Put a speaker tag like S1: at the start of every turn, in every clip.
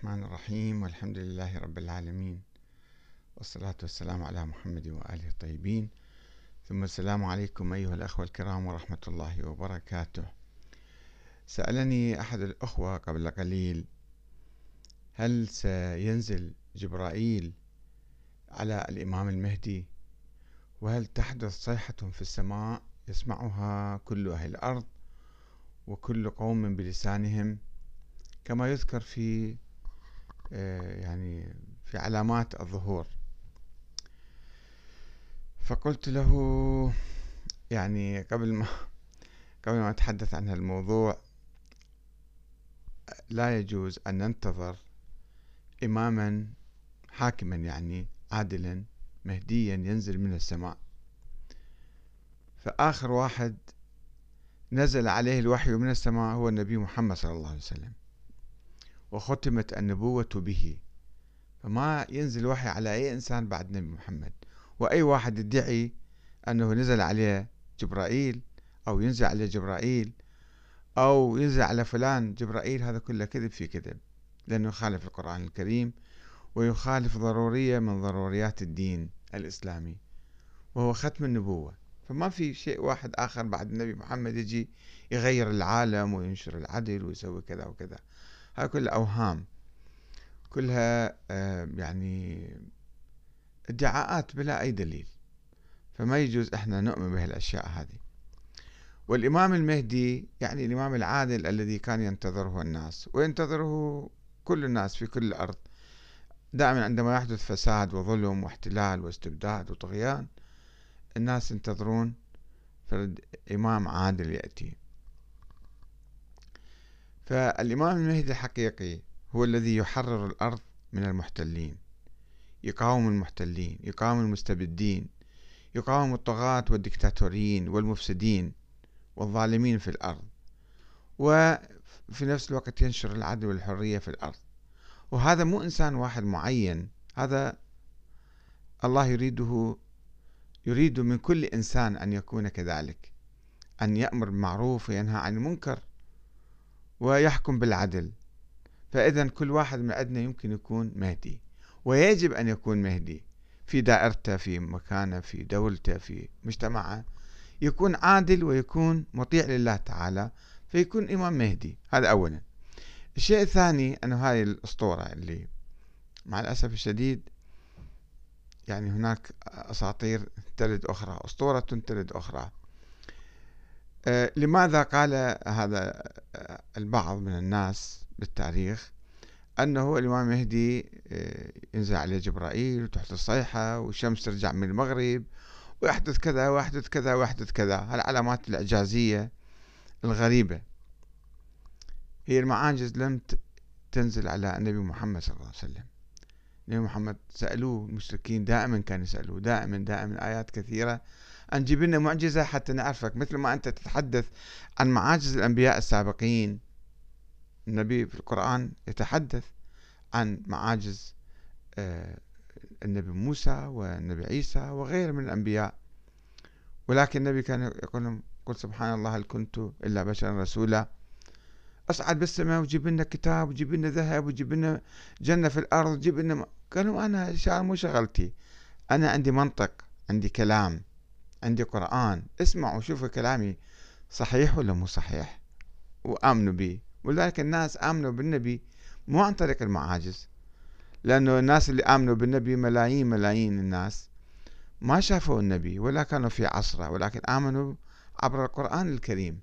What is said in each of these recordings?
S1: الرحمن الرحيم، والحمد لله رب العالمين، والصلاة والسلام على محمد وآله الطيبين، ثم السلام عليكم أيها الأخوة الكرام ورحمة الله وبركاته. سألني أحد الأخوة قبل قليل: هل سينزل جبرائيل على الإمام المهدي؟ وهل تحدث صيحة في السماء يسمعها كل أهل الأرض وكل قوم بلسانهم كما يذكر في في علامات الظهور؟ فقلت له قبل ما أتحدث عن هالموضوع، لا يجوز أن ننتظر إماما حاكما عادلا مهديا ينزل من السماء. فآخر واحد نزل عليه الوحي من السماء هو النبي محمد صلى الله عليه وسلم، وختمت النبوة به، فما ينزل وحي على أي إنسان بعد نبي محمد. وأي واحد يدعي أنه نزل عليه جبرائيل أو ينزل عليه جبرائيل أو ينزل على فلان جبرائيل، هذا كله كذب في كذب، لأنه يخالف القرآن الكريم ويخالف ضرورية من ضروريات الدين الإسلامي، وهو ختم النبوة. فما في شيء واحد آخر بعد النبي محمد يجي يغير العالم وينشر العدل ويسوي كذا وكذا. هاي كلها أوهام، كلها ادعاءات بلا أي دليل، فما يجوز احنا نؤمن بهالأشياء هذه. والإمام المهدي الإمام العادل الذي كان ينتظره الناس وينتظره كل الناس في كل الأرض. دائما عندما يحدث فساد وظلم واحتلال واستبداد وطغيان، الناس ينتظرون فرد إمام عادل يأتي. فالإمام المهدي الحقيقي هو الذي يحرر الأرض من المحتلين، يقاوم المحتلين، يقاوم المستبدين، يقاوم الطغاة والدكتاتوريين والمفسدين والظالمين في الأرض، وفي نفس الوقت ينشر العدل والحرية في الأرض. وهذا مو إنسان واحد معين، هذا الله يريد من كل إنسان أن يكون كذلك، أن يأمر بالمعروف وينهى عن المنكر ويحكم بالعدل. فإذا كل واحد من عندنا يمكن يكون مهدي، ويجب أن يكون مهدي في دائرته، في مكانه، في دولته، في مجتمعه، يكون عادل ويكون مطيع لله تعالى، فيكون إمام مهدي. هذا أولا. الشيء الثاني أنه هذه الأسطورة اللي مع الأسف الشديد هناك أساطير تلد أخرى، أسطورة تلد أخرى. لماذا قال هذا البعض من الناس بالتاريخ أنه الإمام المهدي ينزل عليه جبرائيل وتحت الصيحة والشمس ترجع من المغرب ويحدث كذا ويحدث كذا ويحدث كذا؟ هالعلامات الإعجازية الغريبة، هي المعاجز لم تنزل على النبي محمد صلى الله عليه وسلم. النبي محمد سألوه المشركين، دائما كانوا يسألوه دائما آيات كثيرة أن جيب لنا معجزة حتى نعرفك، مثل ما أنت تتحدث عن معاجز الأنبياء السابقين. النبي في القرآن يتحدث عن معاجز النبي موسى والنبي عيسى وغيره من الأنبياء، ولكن النبي كان يقول: قل سبحان الله هل كنت إلا بشرا رسولا. أصعد بالسماء وجيب لنا كتاب وجيب لنا ذهب وجيب لنا جنة في الأرض وجيب لنا قالوا: أنا مو شغلتي، أنا عندي منطق، عندي كلام، عندي قرآن، اسمعوا شوفوا كلامي صحيح ولا مو صحيح وآمنوا به. ولذلك الناس آمنوا بالنبي مو عن طريق المعاجز، لأنه الناس اللي آمنوا بالنبي ملايين الناس ما شافوا النبي ولا كانوا في عصره، ولكن آمنوا عبر القرآن الكريم.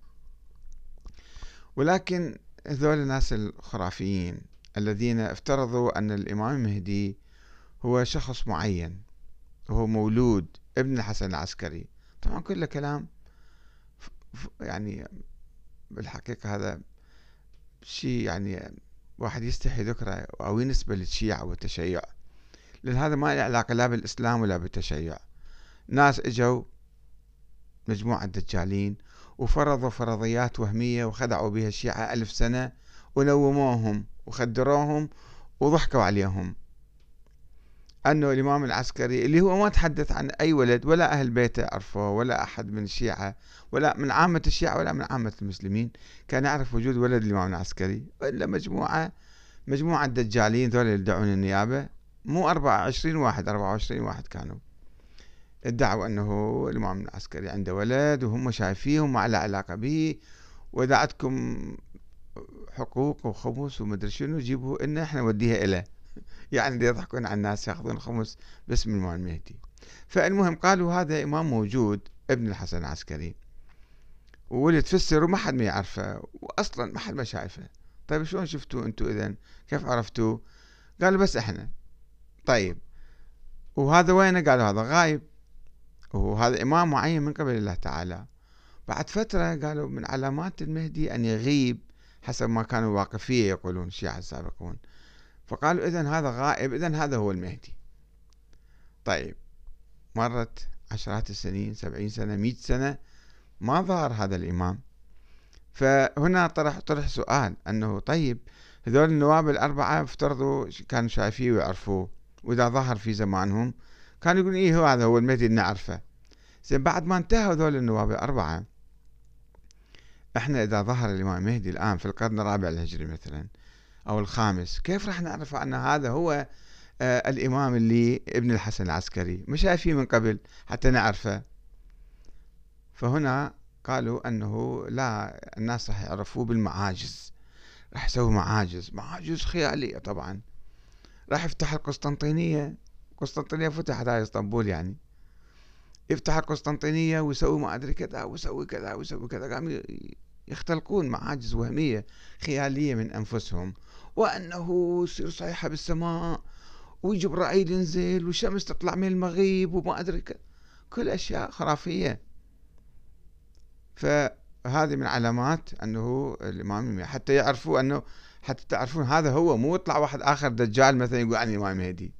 S1: ولكن هذول الناس الخرافيين الذين افترضوا أن الإمام المهدي هو شخص معين وهو مولود ابن الحسن العسكري، طبعا كله كلام بالحقيقة هذا شيء واحد يستحي ذكره أو ينسبة للشيعة والتشيع، لأن هذا ما له علاقة لا بالإسلام ولا بالتشيع. ناس اجوا مجموعة دجالين وفرضوا فرضيات وهمية وخدعوا بها الشيعة 1000 سنة ونوموهم وخدروهم وضحكوا عليهم أنه الإمام العسكري اللي هو ما تحدث عن أي ولد ولا أهل بيته عرفوه ولا أحد من الشيعة ولا من عامة الشيعة ولا من عامة المسلمين كان يعرف وجود ولد الإمام العسكري، إلا مجموعة مجموعة دجالين ذول اللي يدعون النيابة، مو 24 واحد، 24 واحد كانوا ادعوا أنه الإمام العسكري عنده ولد وهم شايفيه وما له علاقة به، وإذا عندكم حقوق وخمس ومدري شنو جيبوا إنه إحنا نوديها إله. يعني يضحكون على الناس، ياخذون خمس باسم الإمام المهدي. فالمهم قالوا هذا إمام موجود ابن الحسن العسكري، وولد في السر وما حد ما يعرفه، وأصلا ما حد ما شايفه. طيب شلون شفتوه أنتوا إذن؟ كيف عرفتوه؟ قالوا بس إحنا. طيب وهذا وينه؟ قالوا هذا غايب، وهذا إمام معين من قبل الله تعالى. بعد فترة قالوا من علامات المهدي أن يغيب، حسب ما كانوا واقفية يقولون الشيعة السابقون. فقالوا إذن هذا غائب، إذن هذا هو المهدي. طيب مرت عشرات السنين، 70 سنة، 100 سنة، ما ظهر هذا الإمام. فهنا طرح سؤال أنه طيب هذول النواب الأربعة افترضوا كانوا شايفيه ويعرفوه، وإذا ظهر في زمانهم كانوا يقولون إيه هو هذا هو المهدي اللي نعرفه. زين بعد ما انتهوا هذول النواب الأربعة، احنا إذا ظهر الإمام المهدي الآن في القرن الرابع الهجري مثلا أو الخامس، كيف راح نعرف أن هذا هو الإمام اللي ابن الحسن العسكري مش شايفيه من قبل حتى نعرفه؟ فهنا قالوا أنه لا، الناس راح يعرفوه بالمعاجز، راح يسوي معاجز خيالية. طبعا راح يفتح القسطنطينية، قسطنطينية فتحت هاي اسطنبول يعني، يفتح القسطنطينية ويسوي ما أدري كذا ويسوي كذا ويسوي كذا، قاموا يختلقون معاجز وهمية خيالية من أنفسهم، وأنه يصير صيحة بالسماء وجبرائيل ينزل والشمس تطلع من المغيب وما أدري كذا، كل أشياء خرافية. فهذه من علامات أنه الإمام، حتى يعرفوا أنه، حتى تعرفون هذا هو، مو يطلع واحد آخر دجال مثلا يقول عن الإمام المهدي.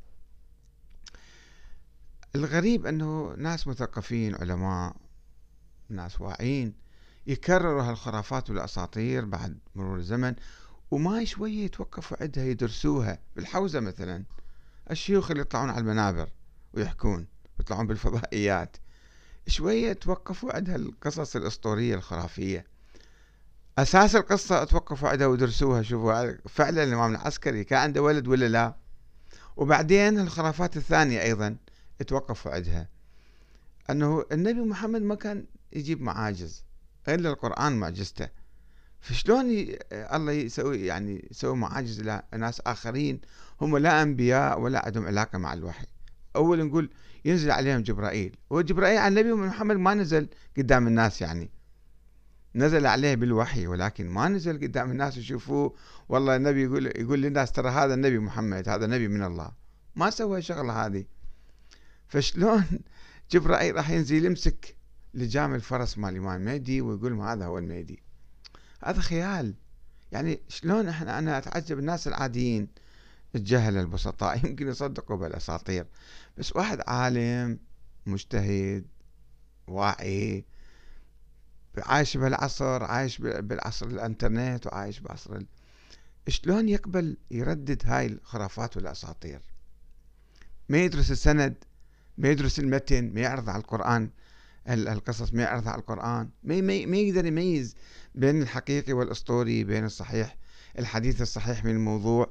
S1: الغريب أنه ناس مثقفين، علماء، ناس واعين، يكرروا هالخرافات والأساطير بعد مرور الزمن، وما شوية يتوقفوا عندها يدرسوها. بالحوزة مثلا الشيوخ اللي يطلعون على المنابر ويحكون، يطلعون بالفضائيات، شوية توقفوا عندها القصص الأسطورية الخرافية، أساس القصة توقفوا عندها ودرسوها، شوفوا فعلا الإمام العسكري كان عنده ولد ولا لا. وبعدين الخرافات الثانية أيضا توقفوا عندها، أنه النبي محمد ما كان يجيب معاجز إلا القرآن معجزته. فشلون الله يسوي معاجز لناس آخرين هم لا أنبياء ولا عندهم علاقة مع الوحي؟ أول نقول ينزل عليهم جبرائيل، وجبرائيل على النبي محمد ما نزل قدام الناس، يعني نزل عليه بالوحي ولكن ما نزل قدام الناس يشوفوه. والله النبي يقول للناس ترى هذا النبي محمد، هذا نبي من الله، ما سوى شغلة هذه. فشلون جبرائيل راح ينزل يمسك لجام الفرس مال الإمام المهدي ويقول لهم هذا هو المهدي؟ هذا خيال. يعني شلون أنا أتعجب الناس العاديين الجهل البسطاء يمكن يصدقوا بالأساطير، بس واحد عالم مجتهد واعي عايش بهالعصر، عايش بالعصر الانترنت وعايش بعصر شلون يقبل يردد هاي الخرافات والأساطير؟ ما يدرس السند، ما يدرس المتن، ما يعرض على القرآن القصص، ما يعرض على القرآن، ما يقدر يميز بين الحقيقي والأسطوري، بين الصحيح، الحديث الصحيح من الموضوع.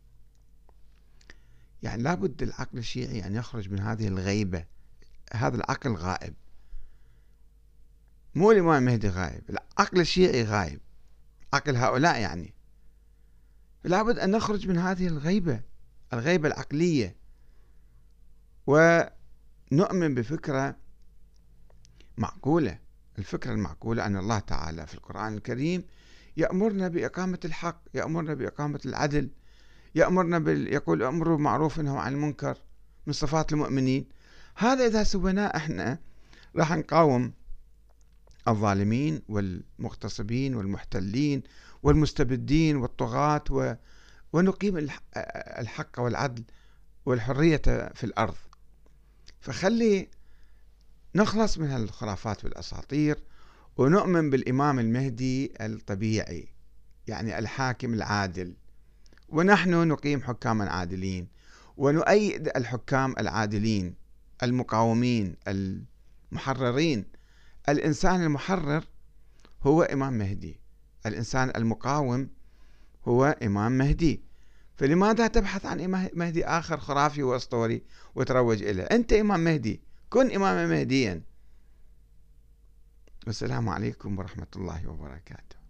S1: يعني لابد العقل الشيعي أن يخرج من هذه الغيبة. هذا العقل غائب، مو الإمام المهدي غائب، العقل الشيعي غائب، عقل هؤلاء يعني. لابد أن نخرج من هذه الغيبة العقلية، ونؤمن بفكرة معقولة. الفكرة المعقولة أن الله تعالى في القرآن الكريم يأمرنا بإقامة الحق، يأمرنا بإقامة العدل، يأمرنا يقول أمروا بالمعروف ونهوا عن المنكر، من صفات المؤمنين. هذا إذا سويناه إحنا راح نقاوم الظالمين والمغتصبين والمحتلين والمستبدين والطغاة، ونقيم الحق والعدل والحرية في الأرض. فخلي نخلص من الخرافات والأساطير، ونؤمن بالإمام المهدي الطبيعي، يعني الحاكم العادل، ونحن نقيم حكاما عادلين، ونؤيد الحكام العادلين المقاومين المحررين. الإنسان المحرر هو إمام مهدي، الإنسان المقاوم هو إمام مهدي، فلماذا تبحث عن مهدي آخر خرافي وأسطوري وتروج إليه؟ أنت إمام مهدي، كن إماما مهديا. والسلام عليكم ورحمة الله وبركاته.